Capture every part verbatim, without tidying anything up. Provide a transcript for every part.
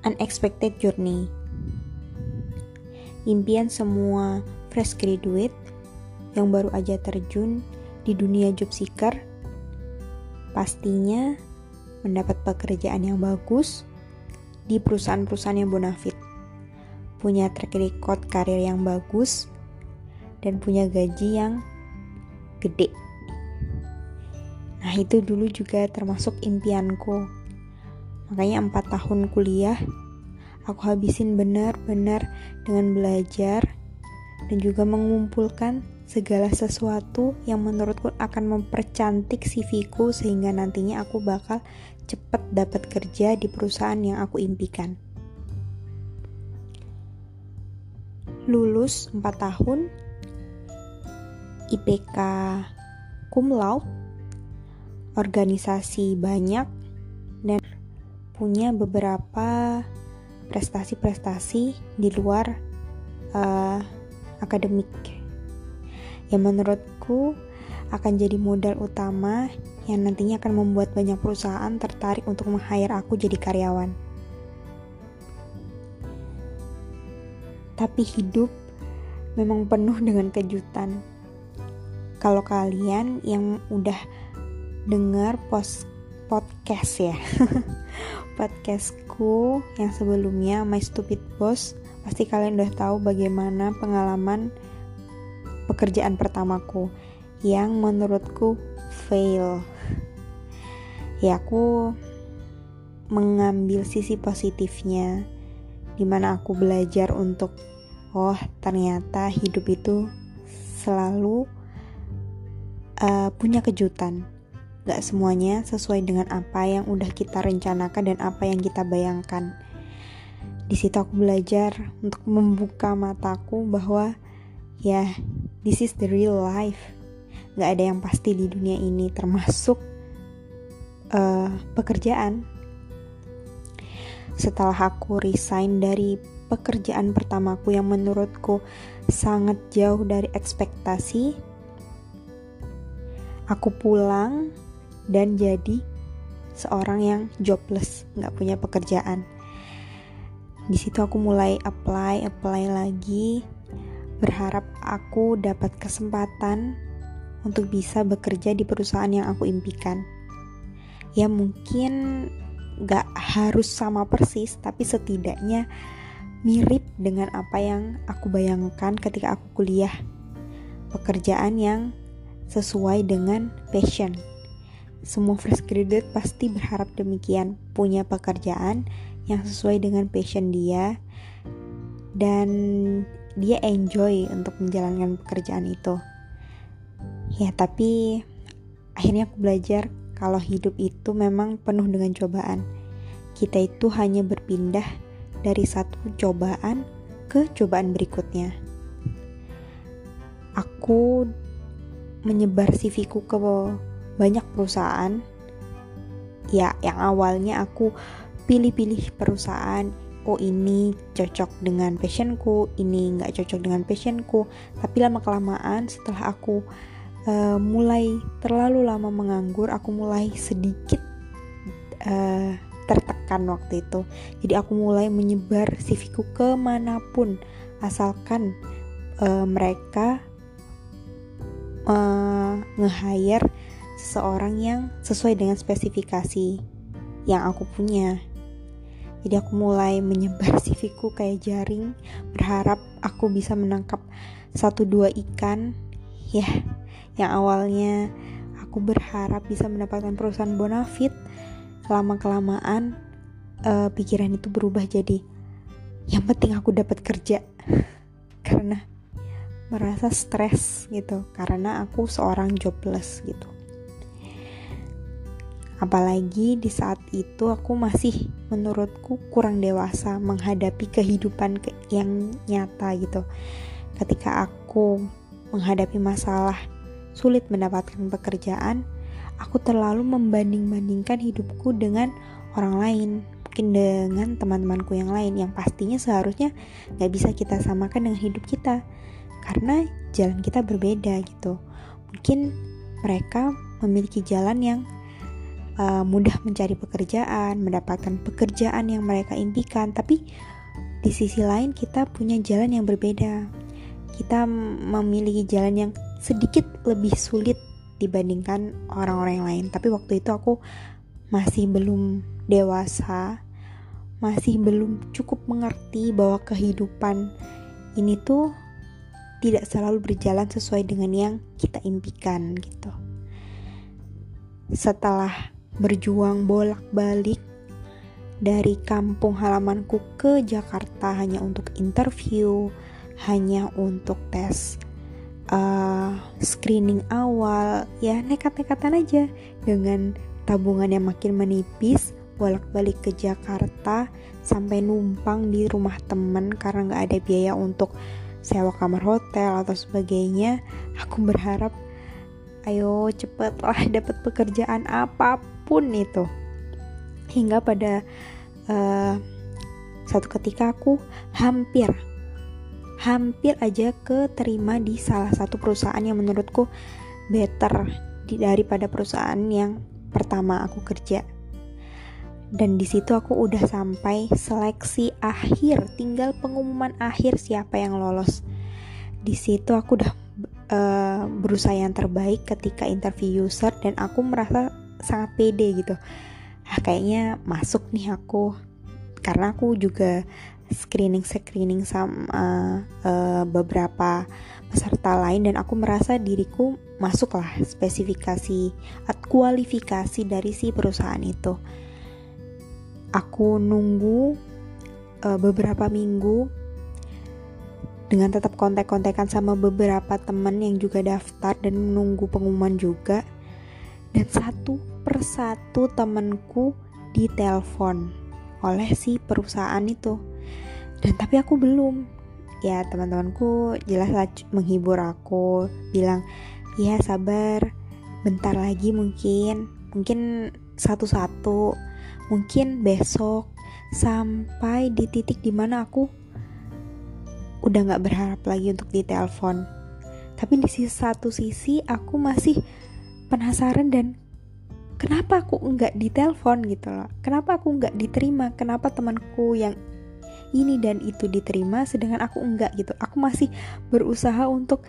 unexpected journey. Impian semua fresh graduate yang baru aja terjun di dunia job seeker pastinya mendapat pekerjaan yang bagus di perusahaan-perusahaan yang bonafit, punya track record karir yang bagus, dan punya gaji yang gede. Nah, itu dulu juga termasuk impianku. Makanya empat tahun kuliah aku habisin benar-benar dengan belajar dan juga mengumpulkan segala sesuatu yang menurutku akan mempercantik C V-ku sehingga nantinya aku bakal cepat dapat kerja di perusahaan yang aku impikan. Lulus empat tahun, I P K cum laude, organisasi banyak, dan punya beberapa prestasi-prestasi di luar uh, akademik yang menurutku akan jadi modal utama yang nantinya akan membuat banyak perusahaan tertarik untuk meng-hire aku jadi karyawan. Tapi hidup memang penuh dengan kejutan. Kalau kalian yang udah dengar post podcast ya podcastku yang sebelumnya My Stupid Boss, pasti kalian udah tahu bagaimana pengalaman pekerjaan pertamaku yang menurutku fail. Ya, aku mengambil sisi positifnya, dimana aku belajar untuk oh ternyata hidup itu selalu uh, punya kejutan. Gak semuanya sesuai dengan apa yang udah kita rencanakan dan apa yang kita bayangkan. Di situ aku belajar untuk membuka mataku bahwa ya, this is the real life. Gak ada yang pasti di dunia ini, termasuk uh, pekerjaan. Setelah aku resign dari pekerjaan pertamaku yang menurutku sangat jauh dari ekspektasi, aku pulang dan jadi seorang yang jobless, gak punya pekerjaan. Di situ aku mulai apply, apply lagi, berharap aku dapat kesempatan untuk bisa bekerja di perusahaan yang aku impikan. Ya mungkin gak harus sama persis, tapi setidaknya mirip dengan apa yang aku bayangkan ketika aku kuliah. Pekerjaan yang sesuai dengan passion. Semua fresh graduate pasti berharap demikian, punya pekerjaan yang sesuai dengan passion dia dan dia enjoy untuk menjalankan pekerjaan itu. Ya, tapi akhirnya aku belajar kalau hidup itu memang penuh dengan cobaan. Kita itu hanya berpindah dari satu cobaan ke cobaan berikutnya. Aku menyebar C V-ku ke banyak perusahaan. Ya, yang awalnya aku pilih-pilih perusahaan, oh ini cocok dengan passionku, ini gak cocok dengan passionku. Tapi lama-kelamaan setelah aku uh, mulai terlalu lama menganggur, aku mulai sedikit uh, tertekan waktu itu. Jadi aku mulai menyebar C V-ku kemanapun, asalkan uh, mereka uh, nge-hire seseorang yang sesuai dengan spesifikasi yang aku punya. Jadi aku mulai menyebar C V-ku kayak jaring, berharap aku bisa menangkap satu dua ikan. Ya, yang awalnya aku berharap bisa mendapatkan perusahaan bonafit, lama-kelamaan uh, pikiran itu berubah jadi yang penting aku dapat kerja. Karena merasa stres gitu, karena aku seorang jobless gitu. Apalagi di saat itu aku masih menurutku kurang dewasa menghadapi kehidupan yang nyata gitu. Ketika aku menghadapi masalah sulit mendapatkan pekerjaan, aku terlalu membanding-bandingkan hidupku dengan orang lain, mungkin dengan teman-temanku yang lain yang pastinya seharusnya gak bisa kita samakan dengan hidup kita karena jalan kita berbeda gitu. Mungkin mereka memiliki jalan yang uh, mudah mencari pekerjaan, mendapatkan pekerjaan yang mereka impikan. Tapi di sisi lain kita punya jalan yang berbeda. Kita memiliki jalan yang sedikit lebih sulit dibandingkan orang-orang yang lain. Tapi waktu itu aku masih belum dewasa, masih belum cukup mengerti bahwa kehidupan ini tuh tidak selalu berjalan sesuai dengan yang kita impikan gitu. Setelah berjuang bolak-balik dari kampung halamanku ke Jakarta hanya untuk interview, hanya untuk tes uh, screening awal, ya nekat-nekatan aja dengan tabungan yang makin menipis, bolak-balik ke Jakarta sampai numpang di rumah teman karena gak ada biaya untuk sewa kamar hotel atau sebagainya. Aku berharap ayo cepatlah dapat pekerjaan apapun itu. Hingga pada uh, satu ketika aku hampir hampir aja keterima di salah satu perusahaan yang menurutku better di, daripada perusahaan yang pertama aku kerja. Dan di situ aku udah sampai seleksi akhir, tinggal pengumuman akhir siapa yang lolos. Di situ aku udah uh, berusaha yang terbaik ketika interview user dan aku merasa sangat pede gitu. Ah, kayaknya masuk nih aku, karena aku juga screening-screening sama uh, beberapa peserta lain dan aku merasa diriku masuklah spesifikasi atau kualifikasi dari si perusahaan itu. Aku nunggu uh, beberapa minggu dengan tetap kontak-kontakan sama beberapa teman yang juga daftar dan menunggu pengumuman juga. Dan satu persatu temanku ditelepon oleh si perusahaan itu. Dan tapi aku belum. Ya teman-temanku jelas menghibur aku, bilang ya sabar, bentar lagi mungkin, mungkin satu-satu. Mungkin besok, sampai di titik dimana aku udah gak berharap lagi untuk ditelepon. Tapi di sisi satu sisi aku masih penasaran dan kenapa aku enggak ditelepon gitu loh. Kenapa aku enggak diterima? Kenapa temanku yang ini dan itu diterima sedangkan aku enggak gitu. Aku masih berusaha untuk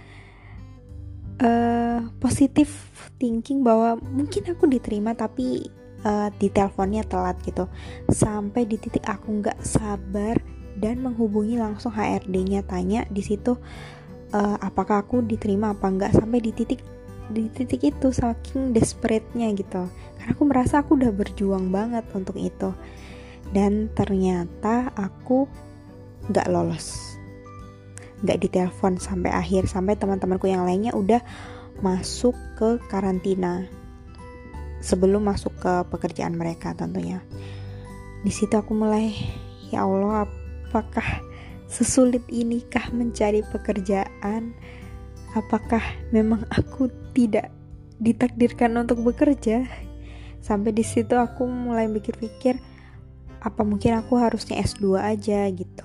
uh, positive thinking bahwa mungkin aku diterima tapi Uh, di teleponnya telat gitu. Sampai di titik aku nggak sabar dan menghubungi langsung H R D-nya, tanya di situ uh, apakah aku diterima apa enggak. Sampai di titik di titik itu saking desperate-nya gitu, karena aku merasa aku udah berjuang banget untuk itu. Dan ternyata aku nggak lolos, nggak ditelepon sampai akhir, sampai teman-temanku yang lainnya udah masuk ke karantina sebelum masuk ke pekerjaan mereka tentunya. Di situ aku mulai, ya Allah, apakah sesulit inikah mencari pekerjaan? Apakah memang aku tidak ditakdirkan untuk bekerja? Sampai di situ aku mulai pikir-pikir, apa mungkin aku harusnya S dua aja gitu.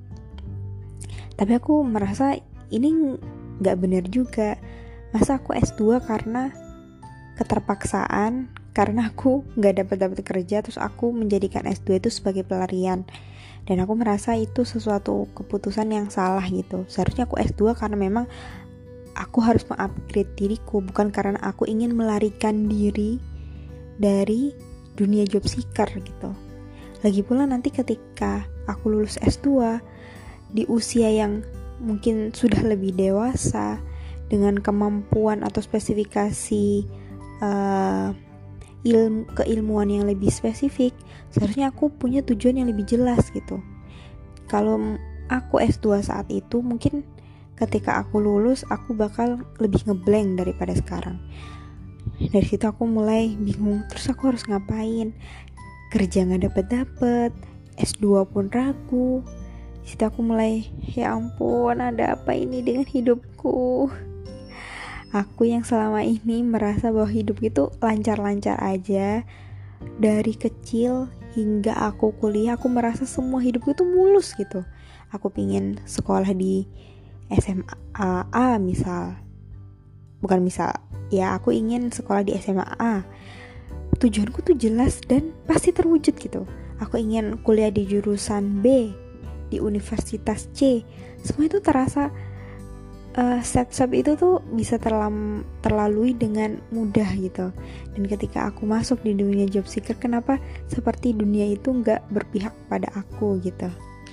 Tapi aku merasa ini gak benar juga. Masa aku S dua karena keterpaksaan, karena aku gak dapat-dapat kerja terus aku menjadikan S dua itu sebagai pelarian. Dan aku merasa itu sesuatu keputusan yang salah gitu. Seharusnya aku S dua karena memang aku harus mengupgrade diriku, bukan karena aku ingin melarikan diri dari dunia job seeker gitu. Lagi pula nanti ketika aku lulus S dua di usia yang mungkin sudah lebih dewasa, dengan kemampuan atau spesifikasi Uh, ilmu keilmuan yang lebih spesifik, seharusnya aku punya tujuan yang lebih jelas gitu. Kalau aku S dua saat itu, mungkin ketika aku lulus aku bakal lebih ngeblank daripada sekarang. Dari situ aku mulai bingung, terus aku harus ngapain? Kerja gak dapet-dapet, S dua pun ragu. Di situ aku mulai, ya ampun, ada apa ini dengan hidupku? Aku yang selama ini merasa bahwa hidup itu lancar-lancar aja. Dari kecil hingga aku kuliah, aku merasa semua hidupku itu mulus gitu. Aku pingin sekolah di S M A A misal. Bukan misal, ya aku ingin sekolah di S M A A. tujuanku tuh jelas dan pasti terwujud gitu. Aku ingin kuliah di jurusan B, di universitas C. Semua itu terasa uh, step-step itu tuh bisa terlam, terlalui dengan mudah gitu. Dan ketika aku masuk di dunia job seeker, kenapa seperti dunia itu gak berpihak pada aku gitu.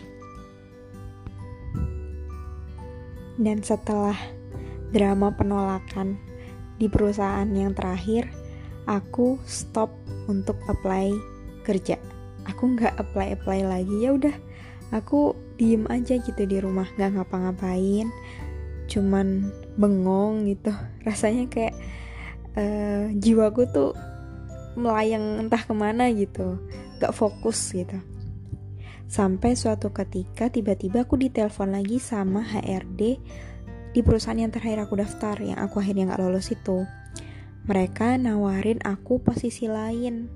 Dan setelah drama penolakan di perusahaan yang terakhir, aku stop untuk apply kerja. Aku nggak apply apply lagi. Ya udah, aku diem aja gitu di rumah, nggak ngapa-ngapain, cuman bengong gitu. Rasanya kayak uh, jiwaku tuh melayang entah kemana gitu, nggak fokus gitu. Sampai suatu ketika tiba-tiba aku ditelepon lagi sama H R D di perusahaan yang terakhir aku daftar, yang aku akhirnya nggak lolos itu. Mereka nawarin aku posisi lain.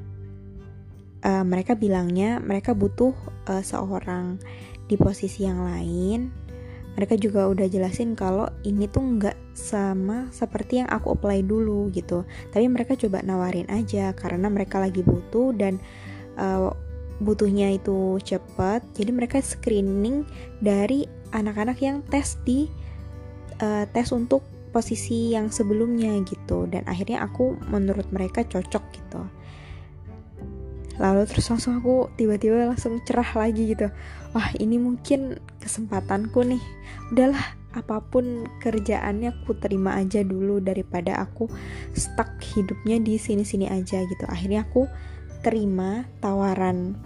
Uh, mereka bilangnya mereka butuh uh, seorang di posisi yang lain. Mereka juga udah jelasin kalau ini tuh nggak sama seperti yang aku apply dulu gitu. Tapi mereka coba nawarin aja karena mereka lagi butuh dan uh, butuhnya itu cepat. Jadi mereka screening dari anak-anak yang tes di uh, tes untuk posisi yang sebelumnya gitu. Dan akhirnya aku menurut mereka cocok gitu. Lalu terus langsung aku tiba-tiba langsung cerah lagi gitu. Wah, ini mungkin kesempatanku nih. Udahlah, apapun kerjaannya aku terima aja dulu daripada aku stuck hidupnya di sini-sini aja gitu. Akhirnya aku terima tawaran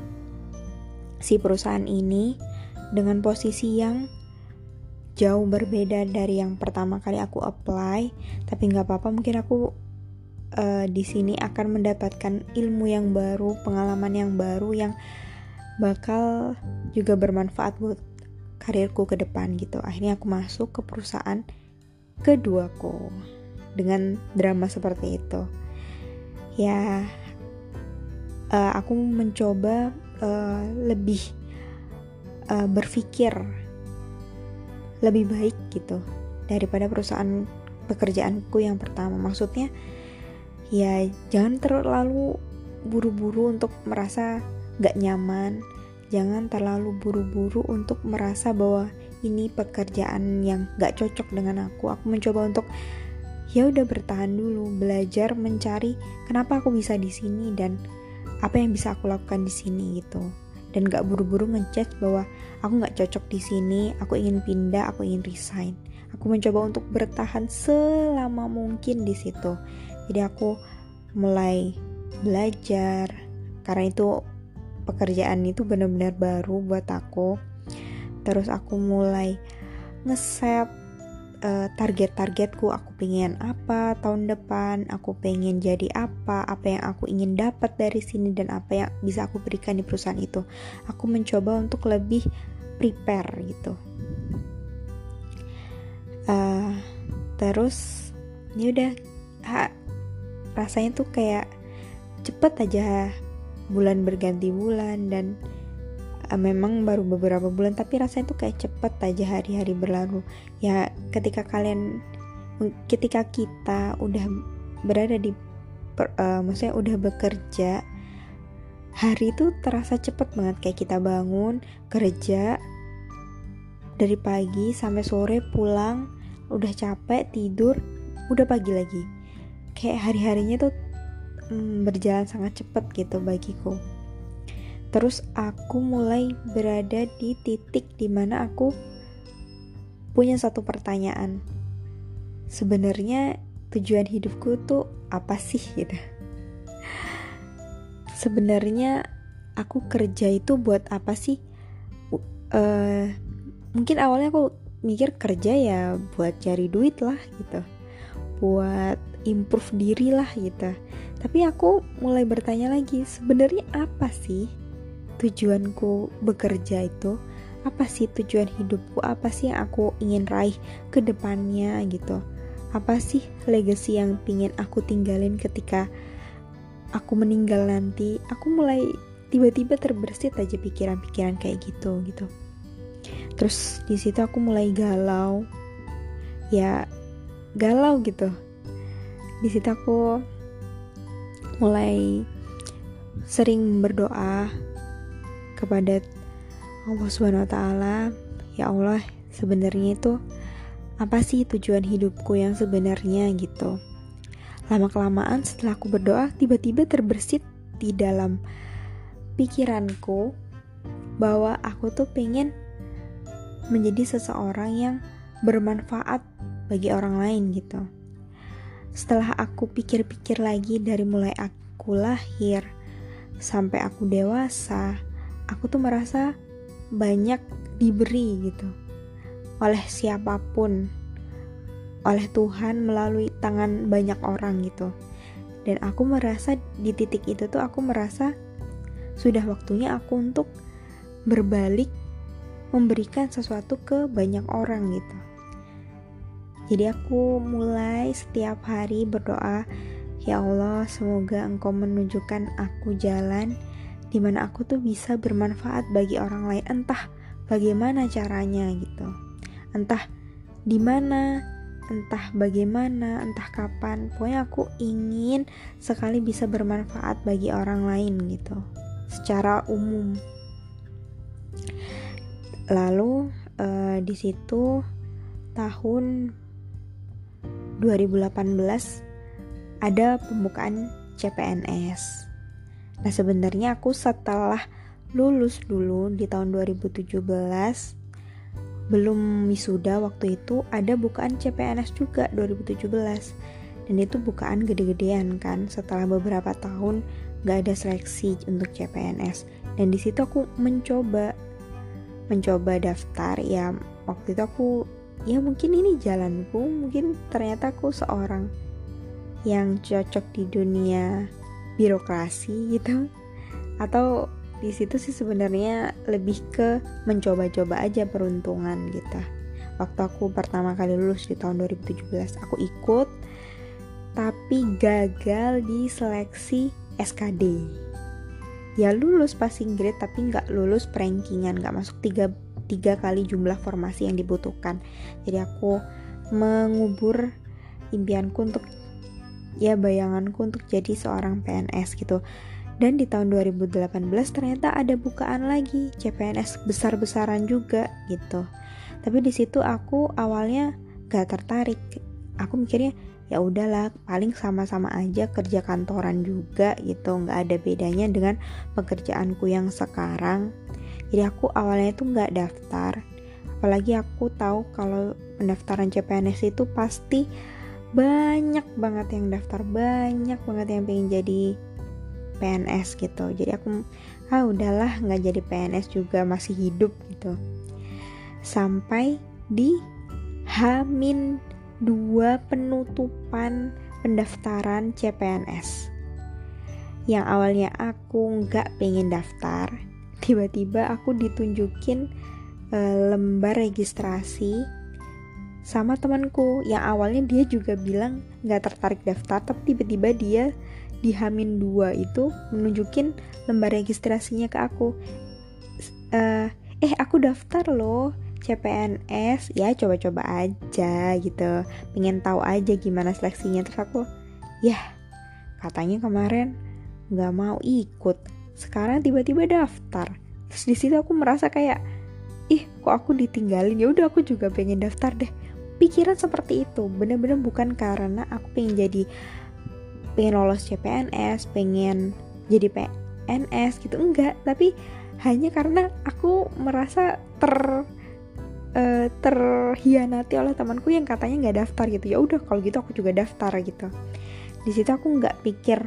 si perusahaan ini dengan posisi yang jauh berbeda dari yang pertama kali aku apply. Tapi nggak apa-apa, mungkin aku Uh, di sini akan mendapatkan ilmu yang baru, pengalaman yang baru yang bakal juga bermanfaat buat karirku ke depan gitu. Akhirnya aku masuk ke perusahaan keduaku dengan drama seperti itu. Ya, uh, aku mencoba uh, lebih uh, berpikir lebih baik gitu daripada perusahaan pekerjaanku yang pertama. Maksudnya ya jangan terlalu buru-buru untuk merasa gak nyaman. Jangan terlalu buru-buru untuk merasa bahwa ini pekerjaan yang gak cocok dengan aku. Aku mencoba untuk ya udah bertahan dulu, belajar mencari kenapa aku bisa di sini dan apa yang bisa aku lakukan di sini gitu. Dan gak buru-buru ngejudge bahwa aku gak cocok di sini, aku ingin pindah, aku ingin resign. Aku mencoba untuk bertahan selama mungkin di situ. Jadi aku mulai belajar karena itu pekerjaan itu benar-benar baru buat aku. Terus aku mulai ngeset uh, target-targetku. Aku pengen apa tahun depan, aku pengen jadi apa, apa yang aku ingin dapat dari sini dan apa yang bisa aku berikan di perusahaan itu. Aku mencoba untuk lebih prepare gitu. Uh, terus ya udah. Ha, rasanya tuh kayak cepet aja bulan berganti bulan dan uh, memang baru beberapa bulan tapi rasanya tuh kayak cepet aja hari-hari berlalu. Ya ketika kalian ketika kita udah berada di per, uh, maksudnya udah bekerja, hari itu terasa cepet banget. Kayak kita bangun kerja dari pagi sampai sore, pulang udah capek, tidur udah pagi lagi. Kayak hari-harinya tuh mm, berjalan sangat cepat gitu bagiku. Terus aku mulai berada di titik dimana aku punya satu pertanyaan. Sebenarnya tujuan hidupku tuh apa sih gitu. Sebenarnya aku kerja itu buat apa sih? Uh, mungkin awalnya aku mikir kerja ya buat cari duit lah gitu, buat improve diri lah gitu. Tapi aku mulai bertanya lagi, sebenarnya apa sih tujuanku bekerja itu? Apa sih tujuan hidupku? Apa sih yang aku ingin raih ke depannya gitu? Apa sih legacy yang pingin aku tinggalin ketika aku meninggal nanti? Aku mulai tiba-tiba terbersit aja pikiran-pikiran kayak gitu gitu. Terus di situ aku mulai galau. Ya galau gitu. Di situ aku mulai sering berdoa kepada Allah Subhanahu wa taala, ya Allah, sebenarnya itu apa sih tujuan hidupku yang sebenarnya gitu. Lama-kelamaan setelah aku berdoa, tiba-tiba terbersit di dalam pikiranku bahwa aku tuh pengen menjadi seseorang yang bermanfaat bagi orang lain gitu. Setelah aku pikir-pikir lagi dari mulai aku lahir sampai aku dewasa, aku tuh merasa banyak diberi gitu oleh siapapun, oleh Tuhan melalui tangan banyak orang gitu. Dan aku merasa di titik itu tuh aku merasa sudah waktunya aku untuk berbalik memberikan sesuatu ke banyak orang gitu. Jadi aku mulai setiap hari berdoa, ya Allah, semoga Engkau menunjukkan aku jalan dimana aku tuh bisa bermanfaat bagi orang lain, entah bagaimana caranya gitu, entah dimana, entah bagaimana, entah kapan. Pokoknya aku ingin sekali bisa bermanfaat bagi orang lain gitu, secara umum. Lalu uh, di situ tahun dua ribu delapan belas ada pembukaan C P N S. Nah, sebenarnya aku setelah lulus dulu di tahun dua ribu tujuh belas, belum wisuda waktu itu, ada bukaan C P N S juga dua ribu tujuh belas. Dan itu bukaan gede-gedean kan, setelah beberapa tahun gak ada seleksi untuk C P N S. Dan di situ aku mencoba mencoba daftar, ya waktu itu aku ya mungkin ini jalanku, mungkin ternyata aku seorang yang cocok di dunia birokrasi gitu, atau di situ sih sebenarnya lebih ke mencoba-coba aja peruntungan gitu. Waktu aku pertama kali lulus di tahun dua ribu tujuh belas, aku ikut tapi gagal di seleksi S K D. Ya lulus passing grade tapi nggak lulus perankingan, nggak masuk tiga tiga kali jumlah formasi yang dibutuhkan. Jadi aku mengubur impianku untuk, ya bayanganku untuk jadi seorang P N S gitu. Dan di tahun dua ribu delapan belas ternyata ada bukaan lagi C P N S besar-besaran juga gitu. Tapi di situ aku awalnya gak tertarik. Aku mikirnya ya udahlah, paling sama-sama aja kerja kantoran juga gitu, nggak ada bedanya dengan pekerjaanku yang sekarang. Jadi aku awalnya itu nggak daftar, apalagi aku tahu kalau pendaftaran C P N S itu pasti banyak banget yang daftar, banyak banget yang pengen jadi P N S gitu. Jadi aku ah udahlah, nggak jadi P N S juga, masih hidup gitu. Sampai di H minus dua penutupan pendaftaran C P N S, yang awalnya aku nggak pengen daftar, tiba-tiba aku ditunjukin e, lembar registrasi sama temanku yang awalnya dia juga bilang nggak tertarik daftar, tapi tiba-tiba dia di H minus dua itu menunjukin lembar registrasinya ke aku. E, eh aku daftar loh C P N S, ya coba-coba aja gitu, pengen tahu aja gimana seleksinya. Terus aku, ya katanya kemarin nggak mau ikut, sekarang tiba-tiba daftar. Terus di situ aku merasa kayak, ih kok aku ditinggalin, ya udah aku juga pengen daftar deh. Pikiran seperti itu, bener-bener bukan karena aku pengen jadi, pengen lolos C P N S, pengen jadi P N S gitu, enggak. Tapi hanya karena aku merasa ter Uh, terhianati oleh temanku yang katanya nggak daftar gitu. Ya udah kalau gitu aku juga daftar gitu. Di situ aku nggak pikir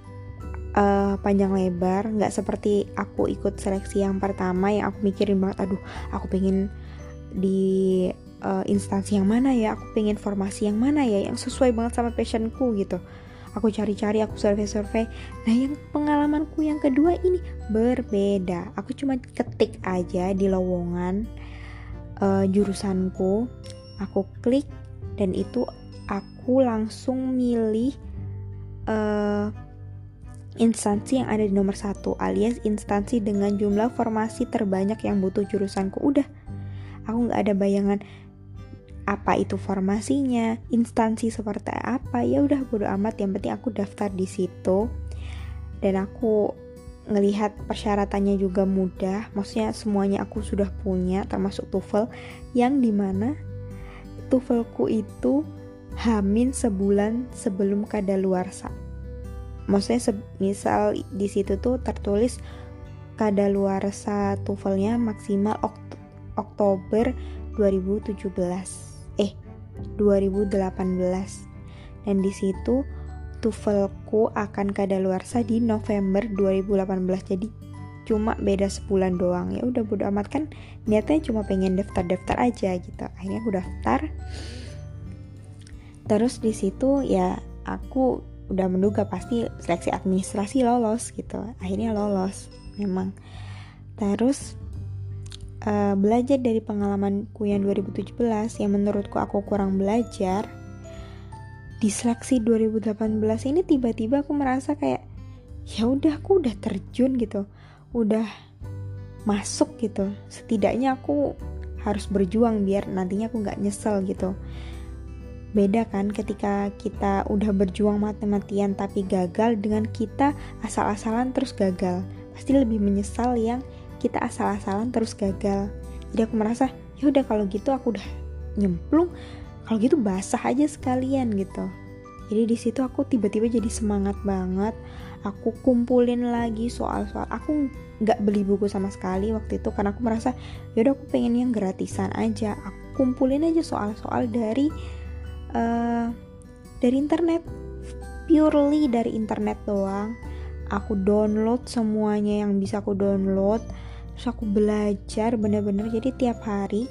uh, panjang lebar, nggak seperti aku ikut seleksi yang pertama yang aku mikirin banget, aduh aku pengen di uh, instansi yang mana ya, aku pengen formasi yang mana ya yang sesuai banget sama passionku gitu. Aku cari-cari, aku survei-survei. Nah yang pengalamanku yang kedua ini berbeda. Aku cuma ketik aja di lowongan Uh, jurusanku, aku klik dan itu aku langsung milih uh, instansi yang ada di nomor satu, alias instansi dengan jumlah formasi terbanyak yang butuh jurusanku. Udah, aku nggak ada bayangan apa itu formasinya, instansi seperti apa, ya udah bodo amat, yang penting aku daftar di situ. dan aku ngelihat persyaratannya juga mudah, maksudnya semuanya aku sudah punya termasuk TOEFL, yang dimana TOEFLku itu hamin sebulan sebelum kadaluarsa. Maksudnya se- misal di situ tuh tertulis kadaluarsa TOEFL-nya maksimal ok- Oktober dua ribu tujuh belas eh dua ribu delapan belas, dan di situ TOEFLku akan kadaluarsa di November dua ribu delapan belas. Jadi cuma beda sebulan doang. Ya udah bodo amat, kan niatnya cuma pengen daftar-daftar aja gitu. Akhirnya aku daftar. Terus di situ ya aku udah menduga pasti seleksi administrasi lolos gitu. Akhirnya lolos memang. Terus uh, belajar dari pengalamanku yang dua ribu tujuh belas yang menurutku aku kurang belajar, di seleksi dua ribu delapan belas ini tiba-tiba aku merasa kayak ya udah aku udah terjun gitu, udah masuk gitu. Setidaknya aku harus berjuang biar nantinya aku nggak nyesel gitu. Beda kan ketika kita udah berjuang mati-matian tapi gagal dengan kita asal-asalan terus gagal. Pasti lebih menyesal yang kita asal-asalan terus gagal. Jadi aku merasa ya udah kalau gitu aku udah nyemplung, kalau gitu basah aja sekalian gitu. Jadi di situ aku tiba-tiba jadi semangat banget. Aku kumpulin lagi soal-soal. Aku nggak beli buku sama sekali waktu itu karena aku merasa yaudah aku pengen yang gratisan aja. Aku kumpulin aja soal-soal dari uh, dari internet, purely dari internet doang. Aku download semuanya yang bisa aku download. Terus aku belajar bener-bener. Jadi tiap hari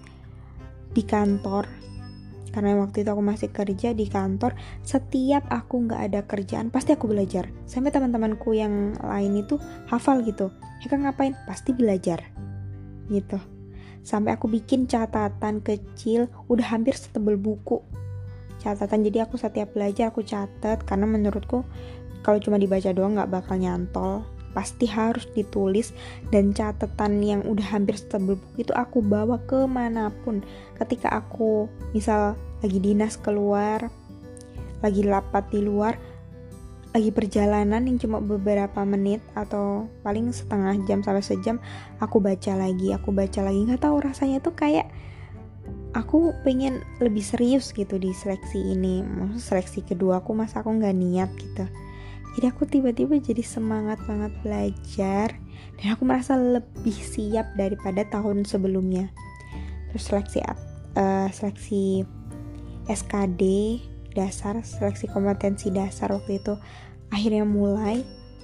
di kantor, karena waktu itu aku masih kerja di kantor, setiap aku gak ada kerjaan pasti aku belajar. Sampai teman-temanku yang lain itu hafal gitu, Heka ngapain? Pasti belajar gitu. Sampai aku bikin catatan kecil, udah hampir setebel buku catatan. Jadi aku setiap belajar aku catat, karena menurutku kalau cuma dibaca doang gak bakal nyantol, pasti harus ditulis. Dan catatan yang udah hampir setebel buku itu aku bawa kemanapun. Ketika aku misal lagi dinas keluar, lagi rapat di luar, lagi perjalanan yang cuma beberapa menit atau paling setengah jam sampai sejam, aku baca lagi, aku baca lagi. Nggak tahu rasanya tuh kayak aku pengen lebih serius gitu di seleksi ini. Maksudnya seleksi kedua aku, masa aku nggak niat gitu. Jadi aku tiba-tiba jadi semangat banget belajar, dan aku merasa lebih siap daripada tahun sebelumnya. Terus seleksi uh, seleksi S K D dasar, seleksi kompetensi dasar waktu itu akhirnya mulai,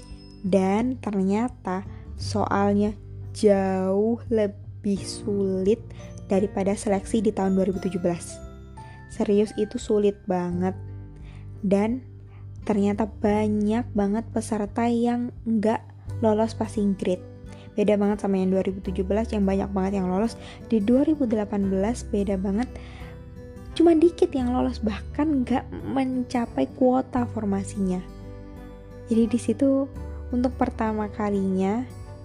dan ternyata soalnya jauh lebih sulit daripada seleksi di tahun dua ribu tujuh belas. Serius, itu sulit banget. Dan ternyata banyak banget peserta yang nggak lolos passing grade. Beda banget sama yang dua ribu tujuh belas yang banyak banget yang lolos. Di dua ribu delapan belas beda banget, cuma dikit yang lolos, bahkan nggak mencapai kuota formasinya. Jadi di situ untuk pertama kalinya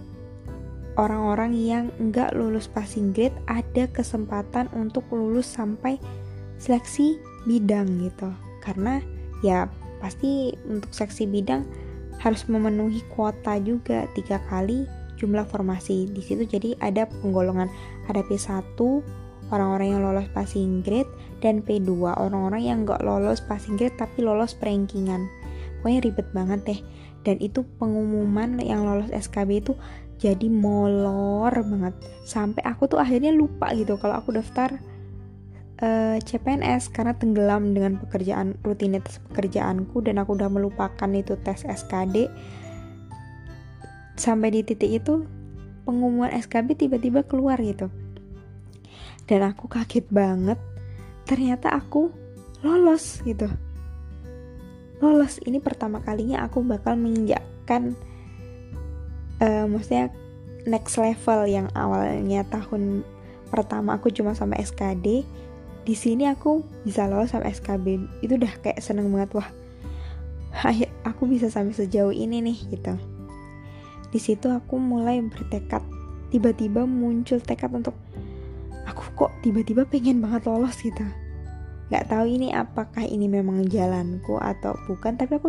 orang-orang yang nggak lulus passing grade ada kesempatan untuk lulus sampai seleksi bidang gitu. Karena ya pasti untuk seksi bidang harus memenuhi kuota juga tiga kali jumlah formasi di situ. Jadi ada penggolongan, ada P satu orang-orang yang lolos passing grade, dan P dua orang-orang yang nggak lolos passing grade tapi lolos perankingan. Pokoknya ribet banget deh. Dan itu pengumuman yang lolos S K B itu jadi molor banget, sampai aku tuh akhirnya lupa gitu kalau aku daftar uh, C P N S karena tenggelam dengan pekerjaan, rutinitas pekerjaanku, dan aku udah melupakan itu tes S K D. Sampai di titik itu pengumuman S K B tiba-tiba keluar gitu, dan aku kaget banget, ternyata aku lolos gitu. Lolos, ini pertama kalinya aku bakal menginjakkan uh, maksudnya next level. Yang awalnya tahun pertama aku cuma sampai S K D, di sini aku bisa lolos sampai S K B. Itu udah kayak seneng banget, wah aku bisa sampai sejauh ini nih gitu. Di situ aku mulai bertekad, tiba-tiba muncul tekad untuk aku kok tiba-tiba pengen banget lolos gitu. Gak tahu ini apakah ini memang jalanku atau bukan, tapi aku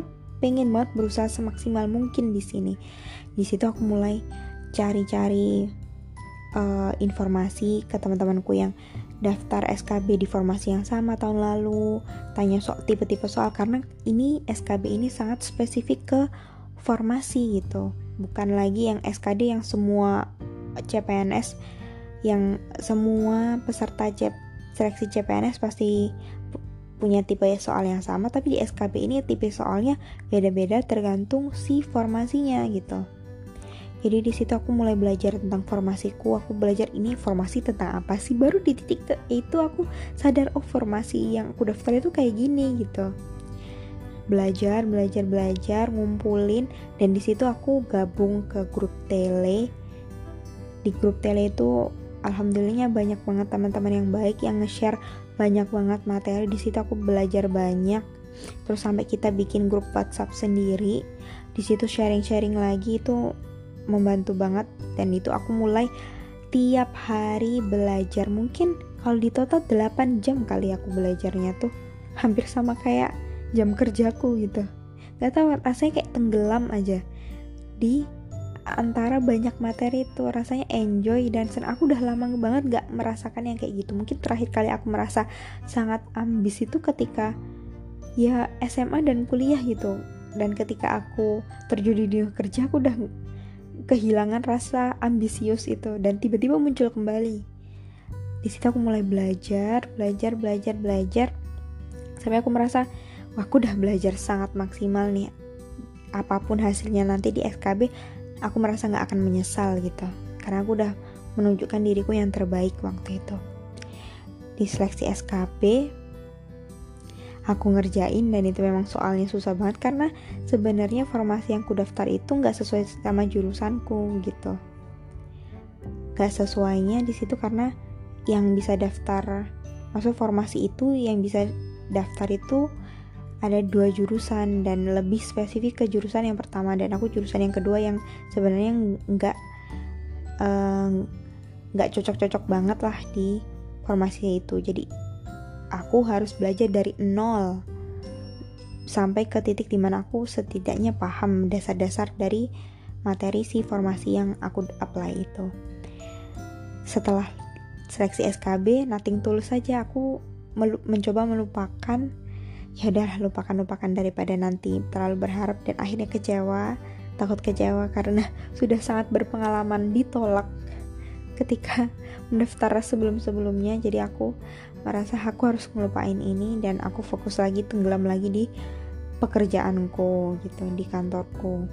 pengen banget berusaha semaksimal mungkin di sini. Di situ aku mulai cari-cari uh, informasi ke teman-temanku yang daftar S K B di formasi yang sama tahun lalu, tanya soal tipe-tipe soal, karena ini S K B ini sangat spesifik ke formasi gitu, bukan lagi yang S K D yang semua C P N S, yang semua peserta C- seleksi C P N S pasti punya tipe soal yang sama, tapi di S K B ini tipe soalnya beda-beda tergantung si formasinya gitu. Jadi di situ aku mulai belajar tentang formasiku, aku belajar ini formasi tentang apa sih, baru di titik itu aku sadar, oh formasi yang aku daftar itu kayak gini gitu. Belajar, belajar, belajar, ngumpulin, dan di situ aku gabung ke grup tele. Di grup tele itu alhamdulillahnya banyak banget teman-teman yang baik yang nge-share banyak banget materi. Di situ aku belajar banyak. Terus sampai kita bikin grup WhatsApp sendiri. Di situ sharing-sharing lagi, itu membantu banget. Dan itu aku mulai tiap hari belajar. Mungkin kalau di total delapan jam kali aku belajarnya tuh. Hampir sama kayak jam kerjaku gitu. Gak tahu, rasanya kayak tenggelam aja di antara banyak materi itu, rasanya enjoy dan senang. Aku udah lama banget gak merasakan yang kayak gitu. Mungkin terakhir kali aku merasa sangat ambis itu ketika ya S M A dan kuliah gitu. Dan ketika aku terjun di dunia kerja, aku udah kehilangan rasa ambisius itu dan tiba-tiba muncul kembali. Di situ aku mulai belajar, belajar, belajar, belajar sampai aku merasa, wah, aku udah belajar sangat maksimal nih. Apapun hasilnya nanti di S K B, aku merasa gak akan menyesal gitu, karena aku udah menunjukkan diriku yang terbaik waktu itu. Di seleksi S K B aku ngerjain, dan itu memang soalnya susah banget karena sebenarnya formasi yang ku daftar itu gak sesuai sama jurusanku gitu. Gak sesuainya di situ karena yang bisa daftar, maksud formasi itu yang bisa daftar itu ada dua jurusan dan lebih spesifik ke jurusan yang pertama, dan aku jurusan yang kedua yang sebenarnya nggak nggak uh, cocok-cocok banget lah di formasi itu. Jadi aku harus belajar dari nol sampai ke titik dimana aku setidaknya paham dasar-dasar dari materi si formasi yang aku apply itu. Setelah seleksi S K B, nothing tulus saja, aku melu- mencoba melupakan. Ya udah, lupakan-lupakan daripada nanti terlalu berharap dan akhirnya kecewa, takut kecewa karena sudah sangat berpengalaman ditolak ketika mendaftar sebelum-sebelumnya. Jadi aku merasa aku harus ngelupain ini dan aku fokus lagi, tenggelam lagi di pekerjaanku gitu, di kantorku.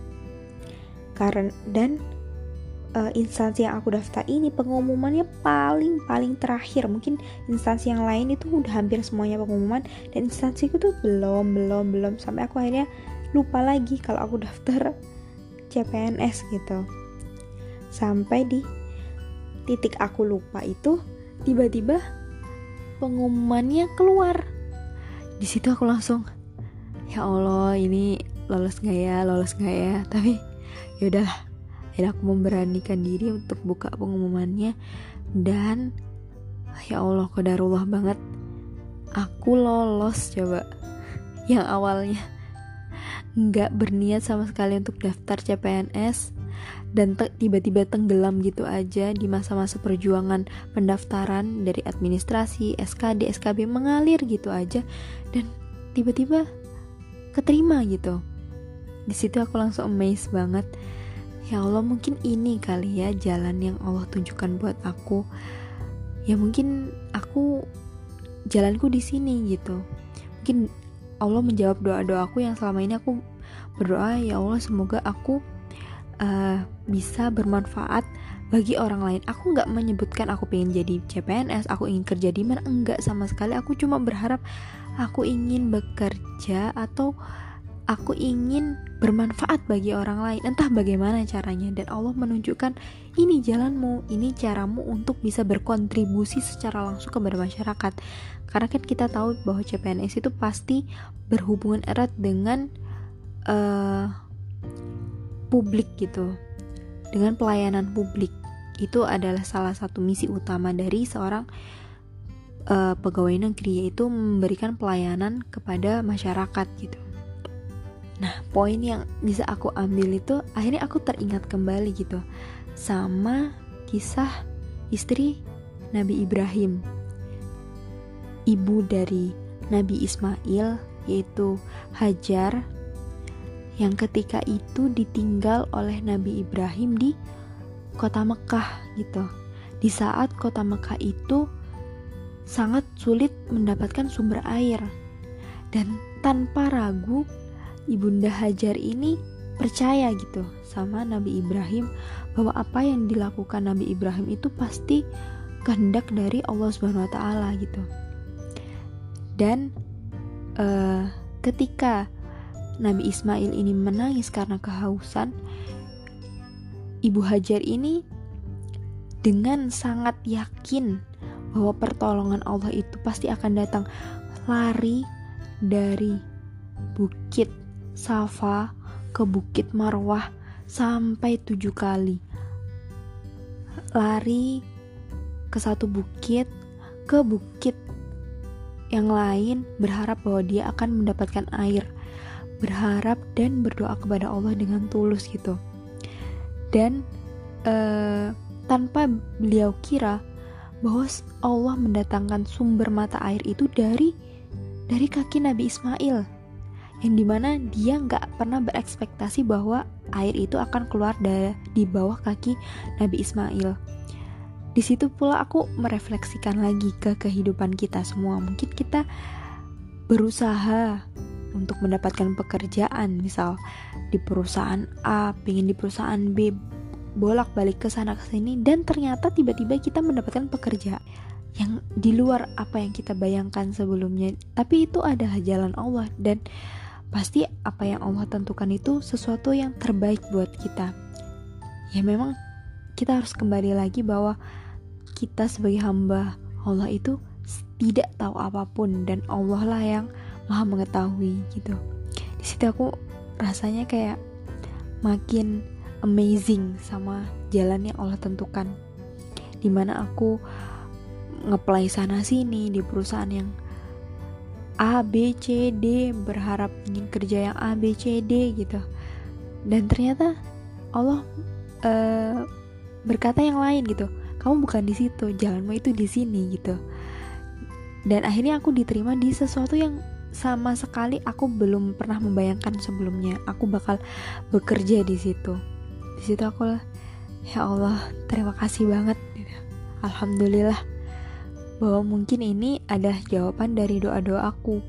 Karena dan Uh, instansi yang aku daftar ini pengumumannya paling-paling terakhir. Mungkin instansi yang lain itu udah hampir semuanya pengumuman, dan instansiku tuh belum, belum, belum sampai aku akhirnya lupa lagi kalau aku daftar C P N S gitu. Sampai di titik aku lupa itu tiba-tiba pengumumannya keluar. Di situ aku langsung, ya Allah, ini lolos nggak ya, lolos nggak ya? Tapi ya udahlah. Dan aku memberanikan diri untuk buka pengumumannya, dan ya Allah, qadarullah banget, aku lolos coba. Yang awalnya nggak berniat sama sekali untuk daftar C P N S dan te- tiba-tiba tenggelam gitu aja di masa-masa perjuangan pendaftaran dari administrasi, S K D, S K B mengalir gitu aja, dan tiba-tiba keterima gitu. Di situ aku langsung amazed banget. Ya Allah, mungkin ini kali ya jalan yang Allah tunjukkan buat aku. Ya mungkin aku jalanku di sini gitu. Mungkin Allah menjawab doa-doaku yang selama ini aku berdoa, ya Allah semoga aku uh, bisa bermanfaat bagi orang lain. Aku nggak menyebutkan aku pengen jadi C P N S, aku ingin kerja di mana, enggak sama sekali. Aku cuma berharap aku ingin bekerja atau aku ingin bermanfaat bagi orang lain, entah bagaimana caranya. Dan Allah menunjukkan, ini jalanmu, ini caramu untuk bisa berkontribusi secara langsung kepada masyarakat. Karena kan kita tahu bahwa C P N S itu pasti berhubungan erat dengan uh, publik gitu, dengan pelayanan publik. Itu adalah salah satu misi utama dari seorang uh, pegawai negeri, yaitu memberikan pelayanan kepada masyarakat gitu. Nah, poin yang bisa aku ambil itu akhirnya aku teringat kembali gitu sama kisah istri Nabi Ibrahim, ibu dari Nabi Ismail, yaitu Hajar, yang ketika itu ditinggal oleh Nabi Ibrahim di kota Mekah gitu. Di saat kota Mekah itu sangat sulit mendapatkan sumber air, dan tanpa ragu Ibunda Hajar ini percaya gitu sama Nabi Ibrahim bahwa apa yang dilakukan Nabi Ibrahim itu pasti kehendak dari Allah Subhanahu wa taala gitu. Dan uh, ketika Nabi Ismail ini menangis karena kehausan, Ibu Hajar ini dengan sangat yakin bahwa pertolongan Allah itu pasti akan datang, lari dari Bukit Safa ke Bukit Marwah sampai tujuh kali. Lari ke satu bukit, ke bukit yang lain, berharap bahwa dia akan mendapatkan air, berharap dan berdoa kepada Allah dengan tulus gitu. Dan uh, tanpa beliau kira bahwa Allah mendatangkan sumber mata air itu dari dari kaki Nabi Ismail, yang dimana dia nggak pernah berekspektasi bahwa air itu akan keluar dari di bawah kaki Nabi Ismail. Di situ pula aku merefleksikan lagi ke kehidupan kita semua. Mungkin kita berusaha untuk mendapatkan pekerjaan, misal di perusahaan A, pengen di perusahaan B, bolak-balik ke sana ke sini, dan ternyata tiba-tiba kita mendapatkan pekerjaan yang di luar apa yang kita bayangkan sebelumnya. Tapi itu adalah jalan Allah, dan pasti apa yang Allah tentukan itu sesuatu yang terbaik buat kita. Ya memang kita harus kembali lagi bahwa kita sebagai hamba Allah itu tidak tahu apapun, dan Allah lah yang maha mengetahui gitu. Di situ aku rasanya kayak makin amazing sama jalan yang Allah tentukan, dimana aku nge-apply sana sini di perusahaan yang A, B, C, D, berharap ingin kerja yang A, B, C, D gitu, dan ternyata Allah uh, berkata yang lain gitu, kamu bukan di situ, jalanmu itu di sini gitu. Dan akhirnya aku diterima di sesuatu yang sama sekali aku belum pernah membayangkan sebelumnya. Aku bakal bekerja di situ. Di situ aku lah, ya Allah, terima kasih banget gitu. Alhamdulillah bahwa mungkin ini adalah jawaban dari doa-doa aku.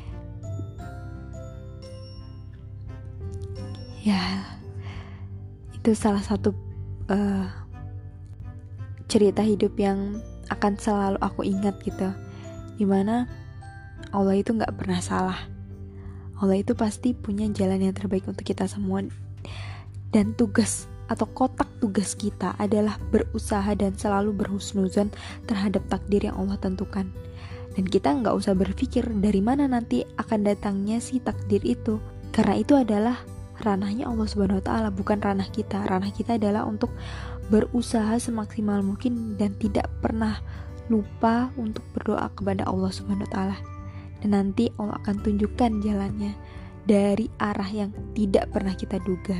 Ya, itu salah satu uh, cerita hidup yang akan selalu aku ingat gitu, dimana Allah itu gak pernah salah. Allah itu pasti punya jalan yang terbaik untuk kita semua. Dan tugas atau kotak tugas kita adalah berusaha dan selalu berhusnuzon terhadap takdir yang Allah tentukan. Dan kita gak usah berpikir dari mana nanti akan datangnya si takdir itu, karena itu adalah ranahnya Allah Subhanahu wa taala, bukan ranah kita. Ranah kita adalah untuk berusaha semaksimal mungkin dan tidak pernah lupa untuk berdoa kepada Allah Subhanahu wa taala. Dan nanti Allah akan tunjukkan jalannya dari arah yang tidak pernah kita duga.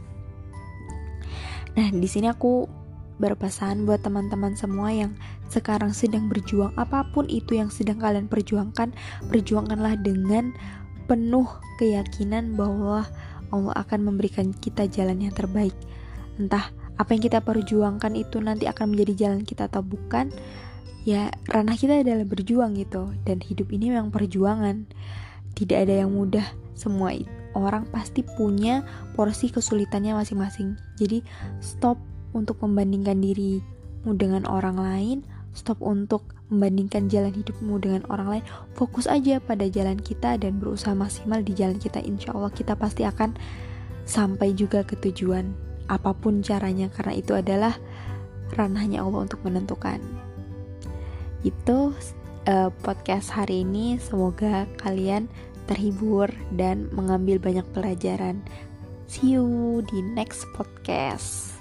Nah, di sini aku berpesan buat teman-teman semua yang sekarang sedang berjuang, apapun itu yang sedang kalian perjuangkan, perjuangkanlah dengan penuh keyakinan bahwa Allah akan memberikan kita jalan yang terbaik. Entah apa yang kita perjuangkan itu nanti akan menjadi jalan kita atau bukan, ya ranah kita adalah berjuang gitu. Dan hidup ini memang perjuangan, tidak ada yang mudah. Semua orang pasti punya porsi kesulitannya masing-masing. Jadi stop untuk membandingkan dirimu dengan orang lain, stop untuk membandingkan jalan hidupmu dengan orang lain. Fokus aja pada jalan kita dan berusaha maksimal di jalan kita. Insya Allah kita pasti akan sampai juga ke tujuan, apapun caranya, karena itu adalah ranahnya Allah untuk menentukan. Itu uh, podcast hari ini. Semoga kalian terhibur dan mengambil banyak pelajaran. See you di next podcast.